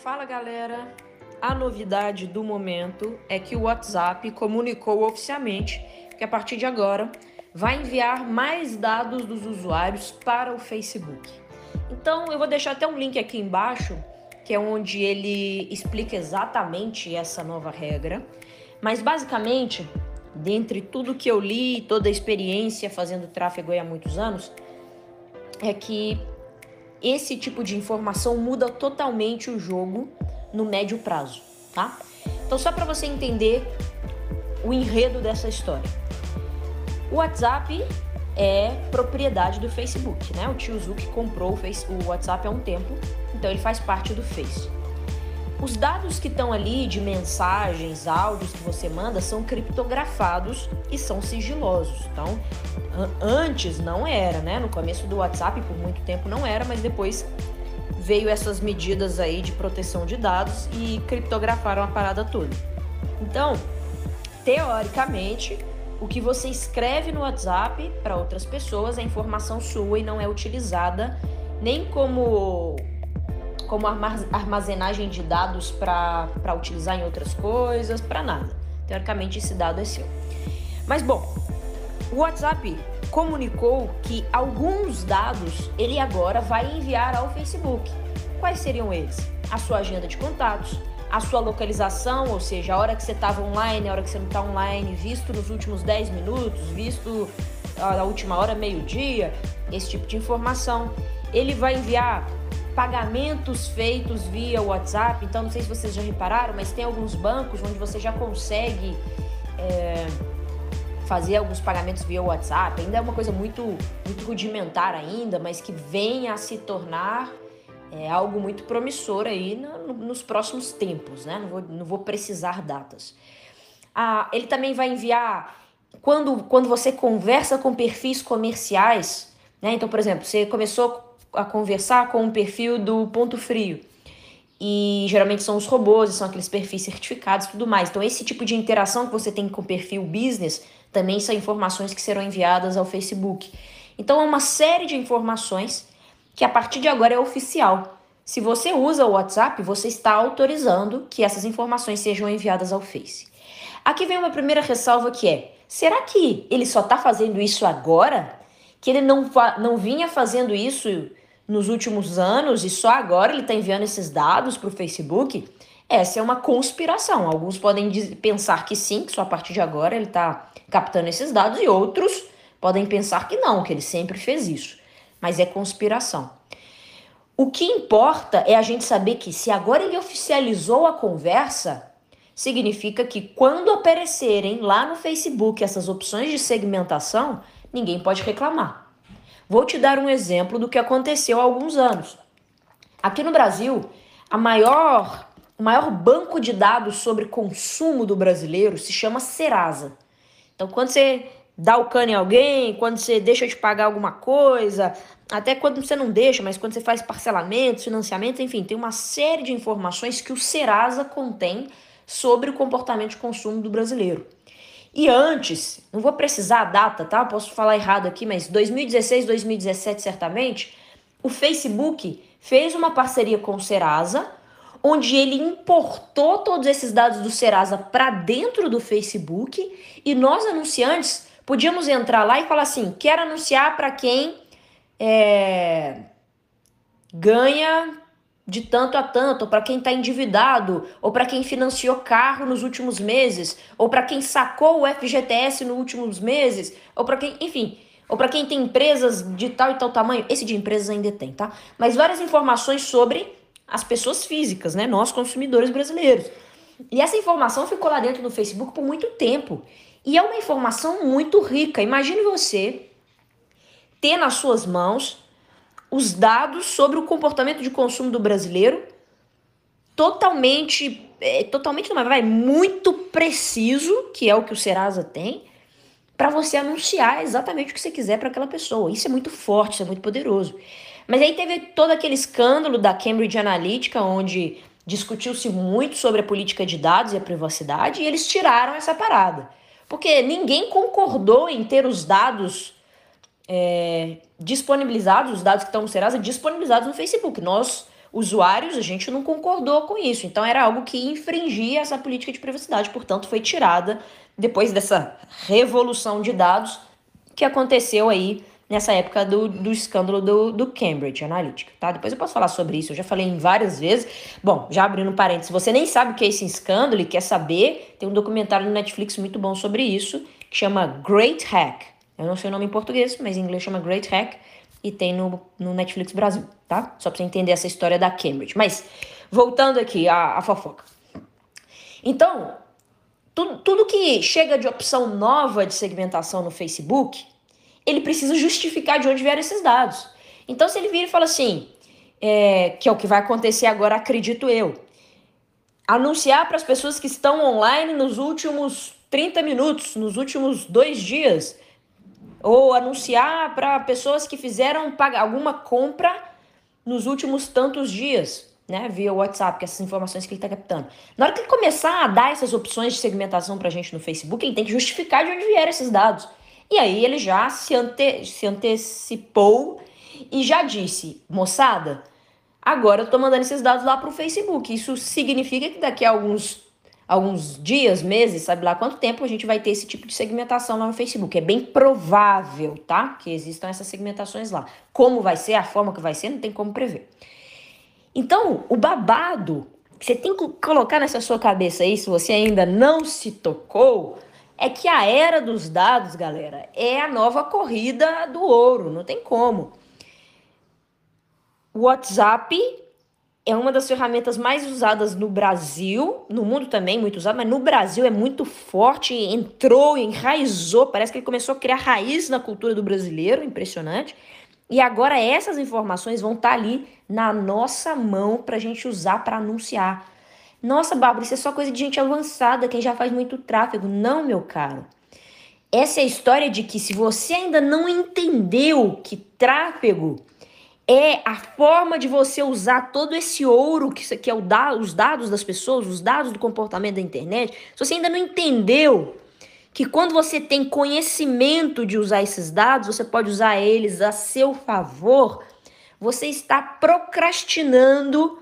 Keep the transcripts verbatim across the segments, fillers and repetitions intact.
Fala galera, a novidade do momento é que o WhatsApp comunicou oficialmente que a partir de agora vai enviar mais dados dos usuários para o Facebook. Então eu vou deixar até um link aqui embaixo, que é onde ele explica exatamente essa nova regra, mas basicamente, dentre tudo que eu li, toda a experiência fazendo tráfego aí há muitos anos, é que esse tipo de informação muda totalmente o jogo no médio prazo, tá? Então, só para você entender o enredo dessa história. O WhatsApp é propriedade do Facebook, né? O tio Zuck comprou o, Face, o WhatsApp há um tempo, então ele faz parte do Face. Os dados que estão ali de mensagens, áudios que você manda são criptografados e são sigilosos. Então, antes não era, né? No começo do WhatsApp, por muito tempo não era, mas depois veio essas medidas aí de proteção de dados e criptografaram a parada toda. Então, teoricamente, o que você escreve no WhatsApp para outras pessoas é informação sua e não é utilizada nem como... como armazenagem de dados para utilizar em outras coisas, para nada. Teoricamente, esse dado é seu. Mas, bom, o WhatsApp comunicou que alguns dados ele agora vai enviar ao Facebook. Quais seriam eles? A sua agenda de contatos, a sua localização, ou seja, a hora que você estava online, a hora que você não está online, visto nos últimos dez minutos, visto na última hora, meio-dia, esse tipo de informação. Ele vai enviar pagamentos feitos via WhatsApp. Então, não sei se vocês já repararam, mas tem alguns bancos onde você já consegue é, fazer alguns pagamentos via WhatsApp. Ainda é uma coisa muito, muito rudimentar ainda, mas que vem a se tornar é, algo muito promissor aí no, no, nos próximos tempos, né? Não vou, não vou precisar datas. Ah, ele também vai enviar, quando, quando você conversa com perfis comerciais, né? Então, por exemplo, você começou a conversar com um perfil do Ponto Frio. E geralmente são os robôs, são aqueles perfis certificados e tudo mais. Então esse tipo de interação que você tem com o perfil business também são informações que serão enviadas ao Facebook. Então é uma série de informações que a partir de agora é oficial. Se você usa o WhatsApp, você está autorizando que essas informações sejam enviadas ao Face. Aqui vem uma primeira ressalva que é, será que ele só está fazendo isso agora? Que ele não, não vinha fazendo isso nos últimos anos e só agora ele está enviando esses dados para o Facebook? Essa é uma conspiração. Alguns podem pensar que sim, que só a partir de agora ele está captando esses dados, e outros podem pensar que não, que ele sempre fez isso. Mas é conspiração. O que importa é a gente saber que se agora ele oficializou a conversa, significa que quando aparecerem lá no Facebook essas opções de segmentação, ninguém pode reclamar. Vou te dar um exemplo do que aconteceu há alguns anos. Aqui no Brasil, a maior, o maior banco de dados sobre consumo do brasileiro se chama Serasa. Então, quando você dá o cano em alguém, quando você deixa de pagar alguma coisa, até quando você não deixa, mas quando você faz parcelamentos, financiamentos, enfim, tem uma série de informações que o Serasa contém sobre o comportamento de consumo do brasileiro. E antes, não vou precisar a data, tá? Posso falar errado aqui, mas dois mil e dezesseis, dois mil e dezessete, certamente, o Facebook fez uma parceria com o Serasa, onde ele importou todos esses dados do Serasa para dentro do Facebook, e nós, anunciantes, podíamos entrar lá e falar assim, quero anunciar para quem é, ganha de tanto a tanto, ou para quem está endividado, ou para quem financiou carro nos últimos meses, ou para quem sacou o F G T S nos últimos meses, ou para quem, enfim, ou para quem tem empresas de tal e tal tamanho. Esse de empresas ainda tem, tá? Mas várias informações sobre as pessoas físicas, né? Nós, consumidores brasileiros. E essa informação ficou lá dentro do Facebook por muito tempo. E é uma informação muito rica. Imagine você ter nas suas mãos os dados sobre o comportamento de consumo do brasileiro, totalmente, é, totalmente não, mas vai, muito preciso, que é o que o Serasa tem, para você anunciar exatamente o que você quiser para aquela pessoa. Isso é muito forte, isso é muito poderoso. Mas aí teve todo aquele escândalo da Cambridge Analytica, onde discutiu-se muito sobre a política de dados e a privacidade, e eles tiraram essa parada. Porque ninguém concordou em ter os dados É, disponibilizados, os dados que estão no Serasa, disponibilizados no Facebook. Nós usuários, a gente não concordou com isso. Então era algo que infringia essa política de privacidade, portanto foi tirada depois dessa revolução de dados que aconteceu aí nessa época do, do escândalo do, do Cambridge Analytica, tá? Depois eu posso falar sobre isso, eu já falei em várias vezes. Bom, já abrindo um parênteses, se você nem sabe o que é esse escândalo e quer saber, tem um documentário no Netflix muito bom sobre isso, que chama Great Hack. Eu não sei o nome em português, mas em inglês chama Great Hack, e tem no, no Netflix Brasil, tá? Só pra você entender essa história da Cambridge. Mas, voltando aqui à, à fofoca. Então, tudo, tudo que chega de opção nova de segmentação no Facebook, ele precisa justificar de onde vieram esses dados. Então, se ele vira e fala assim, é, que é o que vai acontecer agora, acredito eu, anunciar para as pessoas que estão online nos últimos trinta minutos, nos últimos dois dias, ou anunciar para pessoas que fizeram pagar alguma compra nos últimos tantos dias, né, via WhatsApp, que essas informações que ele está captando. Na hora que ele começar a dar essas opções de segmentação para a gente no Facebook, ele tem que justificar de onde vieram esses dados. E aí ele já se, ante, se antecipou e já disse, moçada, agora eu estou mandando esses dados lá para o Facebook. Isso significa que daqui a alguns alguns dias, meses, sabe lá quanto tempo a gente vai ter esse tipo de segmentação lá no Facebook. É bem provável, tá? Que existam essas segmentações lá. Como vai ser, a forma que vai ser, não tem como prever. Então, o babado que você tem que colocar nessa sua cabeça aí, se você ainda não se tocou, é que a era dos dados, galera, é a nova corrida do ouro, não tem como. O WhatsApp é uma das ferramentas mais usadas no Brasil, no mundo também muito usado, mas no Brasil é muito forte, entrou, enraizou, parece que ele começou a criar raiz na cultura do brasileiro, impressionante. E agora essas informações vão estar ali na nossa mão para a gente usar para anunciar. Nossa, Bárbara, isso é só coisa de gente avançada, quem já faz muito tráfego. Não, meu caro. Essa é a história de que se você ainda não entendeu que tráfego é a forma de você usar todo esse ouro que, que é o da, os dados das pessoas, os dados do comportamento da internet. Se você ainda não entendeu que quando você tem conhecimento de usar esses dados, você pode usar eles a seu favor, você está procrastinando,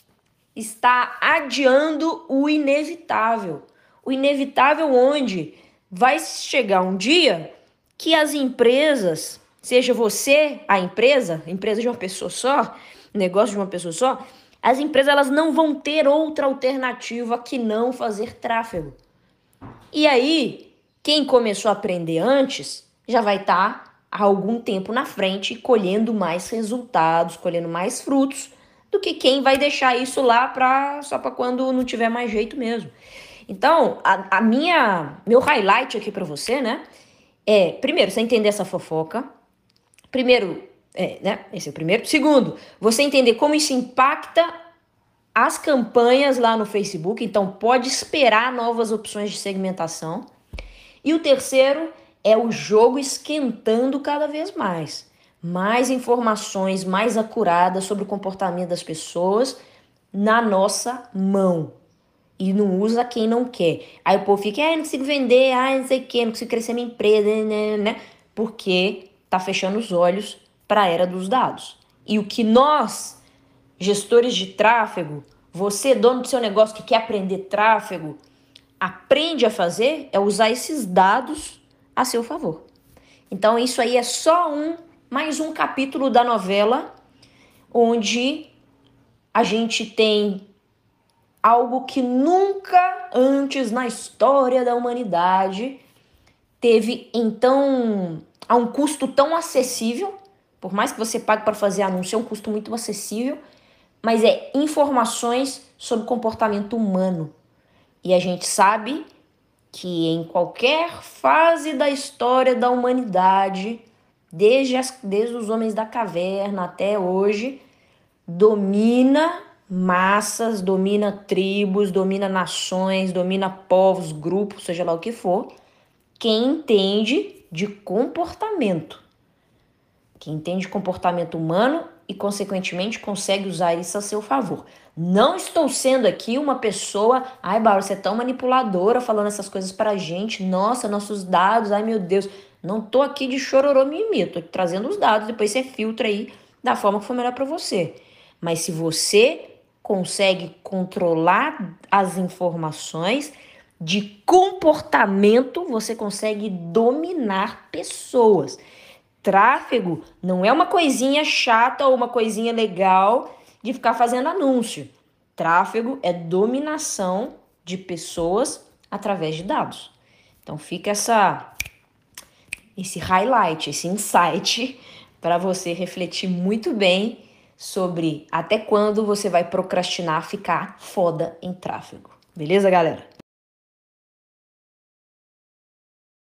está adiando o inevitável. O inevitável onde vai chegar um dia que as empresas... Seja você a empresa, empresa de uma pessoa só, negócio de uma pessoa só, as empresas elas não vão ter outra alternativa que não fazer tráfego. E aí, quem começou a aprender antes, já vai estar há algum tempo na frente, colhendo mais resultados, colhendo mais frutos, do que quem vai deixar isso lá pra, só para quando não tiver mais jeito mesmo. Então, a, a minha, meu highlight aqui para você, né, é, primeiro, você entender essa fofoca. Primeiro, é, né? Esse é o primeiro. Segundo, você entender como isso impacta as campanhas lá no Facebook. Então, pode esperar novas opções de segmentação. E o terceiro é o jogo esquentando cada vez mais. Mais informações mais acuradas sobre o comportamento das pessoas na nossa mão. E não usa quem não quer. Aí o povo fica, ah, não consigo vender, ah, não sei o quê, não consigo crescer minha empresa, né, né? Porque... está fechando os olhos para a era dos dados. E o que nós, gestores de tráfego, você, dono do seu negócio que quer aprender tráfego, aprende a fazer é usar esses dados a seu favor. Então isso aí é só um, mais um capítulo da novela onde a gente tem algo que nunca antes na história da humanidade teve, então... a um custo tão acessível, por mais que você pague para fazer anúncio, é um custo muito acessível, mas é informações sobre comportamento humano. E a gente sabe que em qualquer fase da história da humanidade, desde, as, desde os homens da caverna até hoje, domina massas, domina tribos, domina nações, domina povos, grupos, seja lá o que for, quem entende de comportamento. Quem entende comportamento humano e, consequentemente, consegue usar isso a seu favor. Não estou sendo aqui uma pessoa... Ai, Bárbara, você é tão manipuladora falando essas coisas pra gente. Nossa, nossos dados, ai meu Deus. Não tô aqui de chororô mimimi, tô trazendo os dados, depois você filtra aí da forma que for melhor pra você. Mas se você consegue controlar as informações de comportamento, você consegue dominar pessoas. Tráfego não é uma coisinha chata ou uma coisinha legal de ficar fazendo anúncio. Tráfego é dominação de pessoas através de dados. Então fica essa, esse highlight, esse insight para você refletir muito bem sobre até quando você vai procrastinar ficar foda em tráfego. Beleza, galera?